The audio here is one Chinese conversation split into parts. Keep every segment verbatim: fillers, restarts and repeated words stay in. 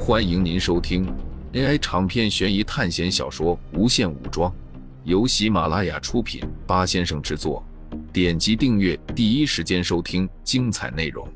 欢迎您收听 A I 长篇悬疑探险小说《无限武装》，由喜马拉雅出品，八先生制作。点击订阅，第一时间收听精彩内容。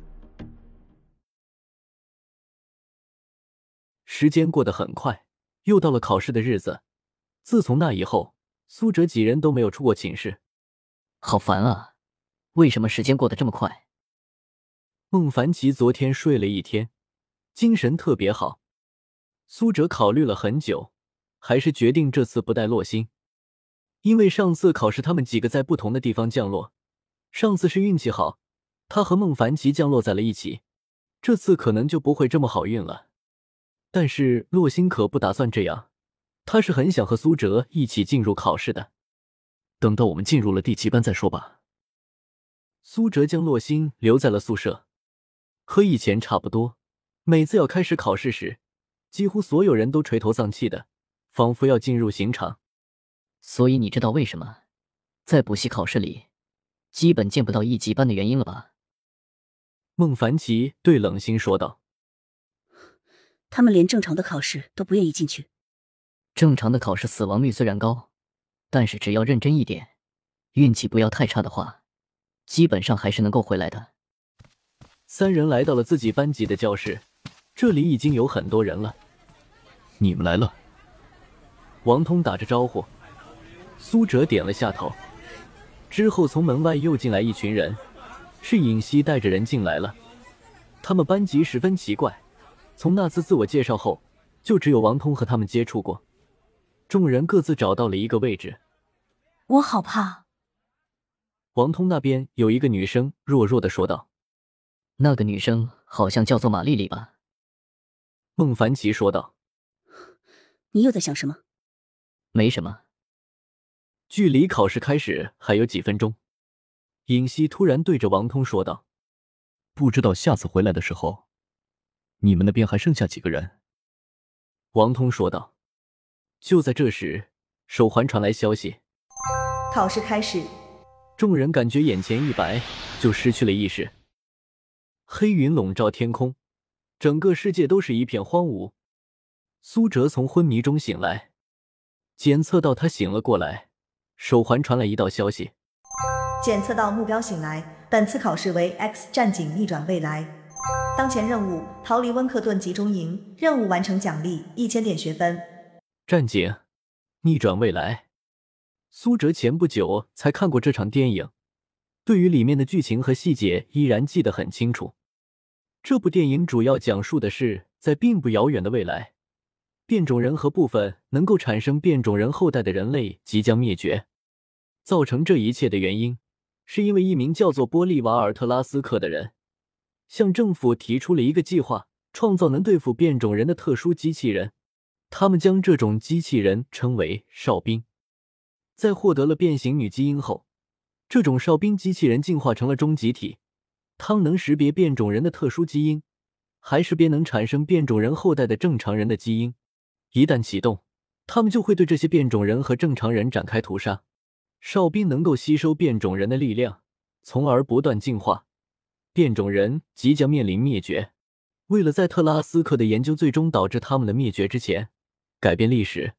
时间过得很快，又到了考试的日子。自从那以后，苏哲几人都没有出过寝室。 好烦啊，为什么时间过得这么快？ 孟凡奇昨天睡了一天，精神特别好。苏哲考虑了很久，还是决定这次不带洛星。因为上次考试他们几个在不同的地方降落，上次是运气好，他和孟凡奇降落在了一起，这次可能就不会这么好运了。但是洛星可不打算这样，他是很想和苏哲一起进入考试的。 等到我们进入了第七班再说吧。 苏哲将洛星留在了宿舍，和以前差不多，每次要开始考试时，几乎所有人都垂头丧气的，仿佛要进入刑场。 所以你知道为什么在补习考试里基本见不到一级班的原因了吧？ 孟凡奇对冷心说道。 他们连正常的考试都不愿意进去。 正常的考试死亡率虽然高，但是只要认真一点，运气不要太差的话，基本上还是能够回来的。 三人来到了自己班级的教室，这里已经有很多人了。 你们来了。 王通打着招呼，苏哲点了下头。之后从门外又进来一群人，是尹熙带着人进来了。他们班级十分奇怪，从那次自我介绍后，就只有王通和他们接触过。众人各自找到了一个位置。 我好怕。 王通那边有一个女生弱弱地说道。 那个女生好像叫做马丽丽吧？ 孟凡奇说道。 你又在想什么？ 没什么。 距离考试开始还有几分钟，尹熙突然对着王通说道。 不知道下次回来的时候，你们那边还剩下几个人？ 王通说道。就在这时，手环传来消息。 考试开始。 众人感觉眼前一白，就失去了意识。黑云笼罩天空，整个世界都是一片荒芜。苏哲从昏迷中醒来，检测到他醒了过来，手环传来一道消息。 检测到目标醒来，本次考试为 X 战警逆转未来。当前任务：逃离温克顿集中营，任务完成奖励一千点学分。 战警逆转未来。苏哲前不久才看过这场电影，对于里面的剧情和细节依然记得很清楚。这部电影主要讲述的是在并不遥远的未来，变种人和部分能够产生变种人后代的人类即将灭绝。造成这一切的原因，是因为一名叫做波利瓦尔·特拉斯克的人向政府提出了一个计划，创造能对付变种人的特殊机器人。他们将这种机器人称为哨兵。在获得了变形女基因后，这种哨兵机器人进化成了终极体，它们能识别变种人的特殊基因，还识别能产生变种人后代的正常人的基因。一旦启动，他们就会对这些变种人和正常人展开屠杀。哨兵能够吸收变种人的力量，从而不断进化。变种人即将面临灭绝。为了在特拉斯克的研究最终导致他们的灭绝之前改变历史，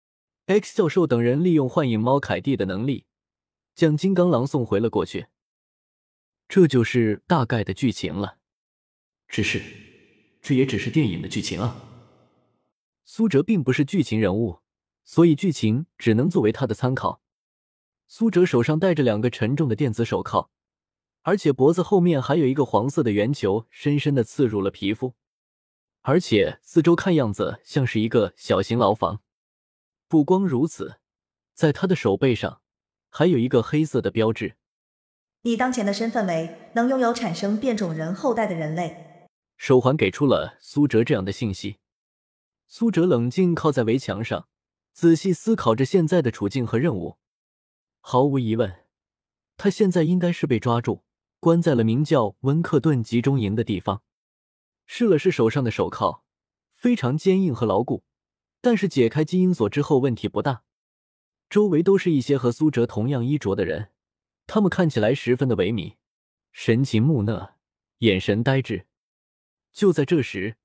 X 教授等人利用幻影猫凯蒂的能力，将金刚狼送回了过去。这就是大概的剧情了。 只是，这也只是电影的剧情啊。 苏哲并不是剧情人物，所以剧情只能作为他的参考。苏哲手上戴着两个沉重的电子手铐，而且脖子后面还有一个黄色的圆球，深深地刺入了皮肤。而且四周看样子像是一个小型牢房。不光如此，在他的手背上还有一个黑色的标志。 你当前的身份为能拥有产生变种人后代的人类。 手环给出了苏哲这样的信息。苏哲冷静靠在围墙上，仔细思考着现在的处境和任务。毫无疑问，他现在应该是被抓住，关在了名叫温克顿集中营的地方。试了试手上的手铐，非常坚硬和牢固，但是解开基因锁之后问题不大。周围都是一些和苏哲同样衣着的人，他们看起来十分的萎靡，神情木讷，眼神呆滞。就在这时，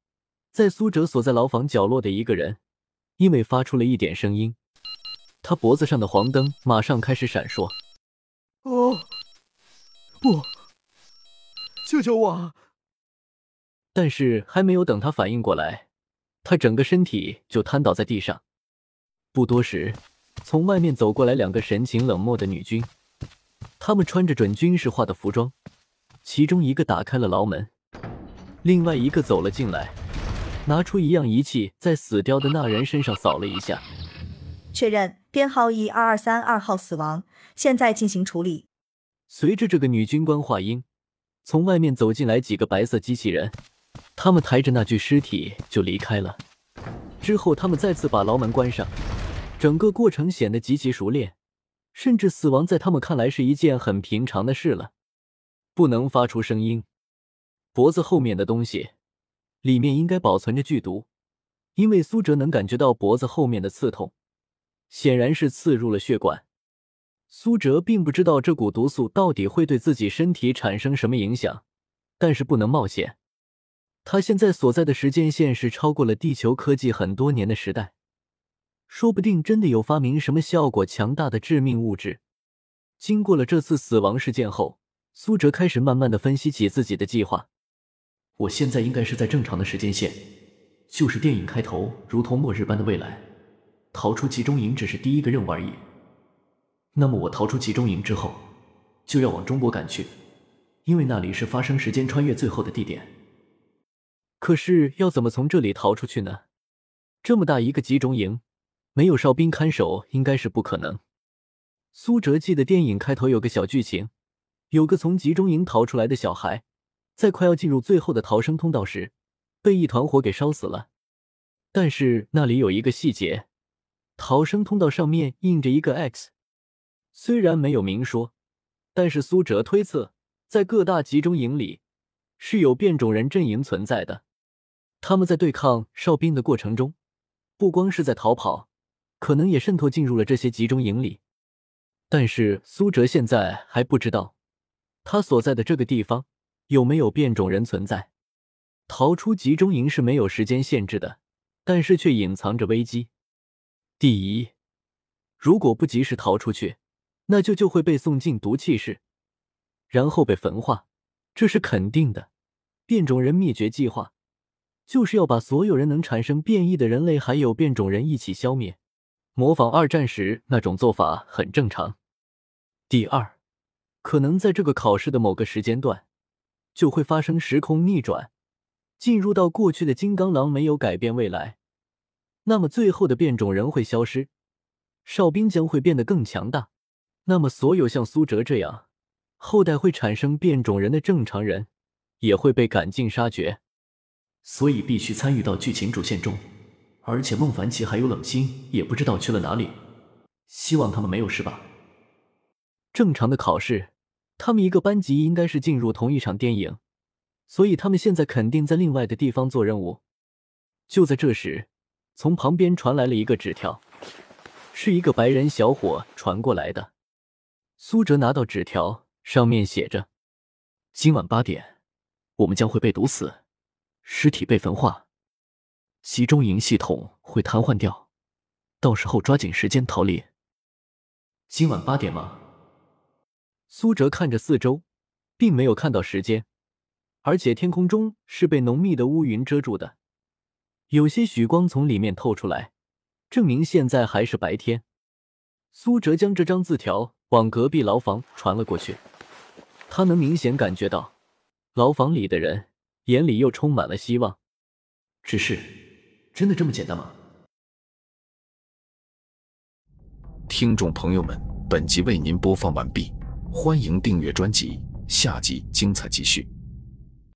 在苏哲所在牢房角落的一个人，因为发出了一点声音，他脖子上的黄灯马上开始闪烁。 哦，不，救救我啊！ 但是还没有等他反应过来，他整个身体就瘫倒在地上。不多时，从外面走过来两个神情冷漠的女军，她们穿着准军事化的服装，其中一个打开了牢门，另外一个走了进来，拿出一样仪器在死掉的那人身上扫了一下， 确认编号一二二三二号死亡，现在进行处理。 随着这个女军官话音，从外面走进来几个白色机器人，他们抬着那具尸体就离开了。之后他们再次把牢门关上，整个过程显得极其熟练，甚至死亡在他们看来是一件很平常的事了。不能发出声音，脖子后面的东西里面应该保存着剧毒，因为苏哲能感觉到脖子后面的刺痛，显然是刺入了血管。苏哲并不知道这股毒素到底会对自己身体产生什么影响，但是不能冒险。他现在所在的时间线是超过了地球科技很多年的时代，说不定真的有发明什么效果强大的致命物质。经过了这次死亡事件后，苏哲开始慢慢的分析起自己的计划。 我现在应该是在正常的时间线，就是电影开头如同末日般的未来，逃出集中营只是第一个任务而已。那么我逃出集中营之后，就要往中国赶去，因为那里是发生时间穿越最后的地点。 可是要怎么从这里逃出去呢？这么大一个集中营，没有哨兵看守应该是不可能。苏哲记得电影开头有个小剧情，有个从集中营逃出来的小孩，在快要进入最后的逃生通道时，被一团火给烧死了。但是那里有一个细节，逃生通道上面印着一个 X， 虽然没有明说，但是苏哲推测，在各大集中营里是有变种人阵营存在的。他们在对抗哨兵的过程中，不光是在逃跑，可能也渗透进入了这些集中营里。但是苏哲现在还不知道，他所在的这个地方有没有变种人存在。逃出集中营是没有时间限制的，但是却隐藏着危机。第一，如果不及时逃出去，那就就会被送进毒气室，然后被焚化，这是肯定的。变种人灭绝计划就是要把所有人能产生变异的人类还有变种人一起消灭，模仿二战时那种做法很正常。第二，可能在这个考试的某个时间段就会发生时空逆转，进入到过去的金刚狼没有改变未来，那么最后的变种人会消失，哨兵将会变得更强大，那么所有像苏哲这样后代会产生变种人的正常人也会被赶尽杀绝。 所以必须参与到剧情主线中，而且孟凡奇还有冷心也不知道去了哪里，希望他们没有事吧。 正常的考试，他们一个班级应该是进入同一场电影，所以他们现在肯定在另外的地方做任务。就在这时，从旁边传来了一个纸条，是一个白人小伙传过来的。苏哲拿到纸条，上面写着： 今晚八点，我们将会被毒死，尸体被焚化，集中营系统会瘫痪掉，到时候抓紧时间逃离。今晚八点吗？ 苏哲看着四周，并没有看到时间，而且天空中是被浓密的乌云遮住的，有些许光从里面透出来，证明现在还是白天。苏哲将这张字条往隔壁牢房传了过去，他能明显感觉到牢房里的人眼里又充满了希望。 只是，真的这么简单吗？ 听众朋友们，本集为您播放完毕，欢迎订阅专辑，下集精彩继续。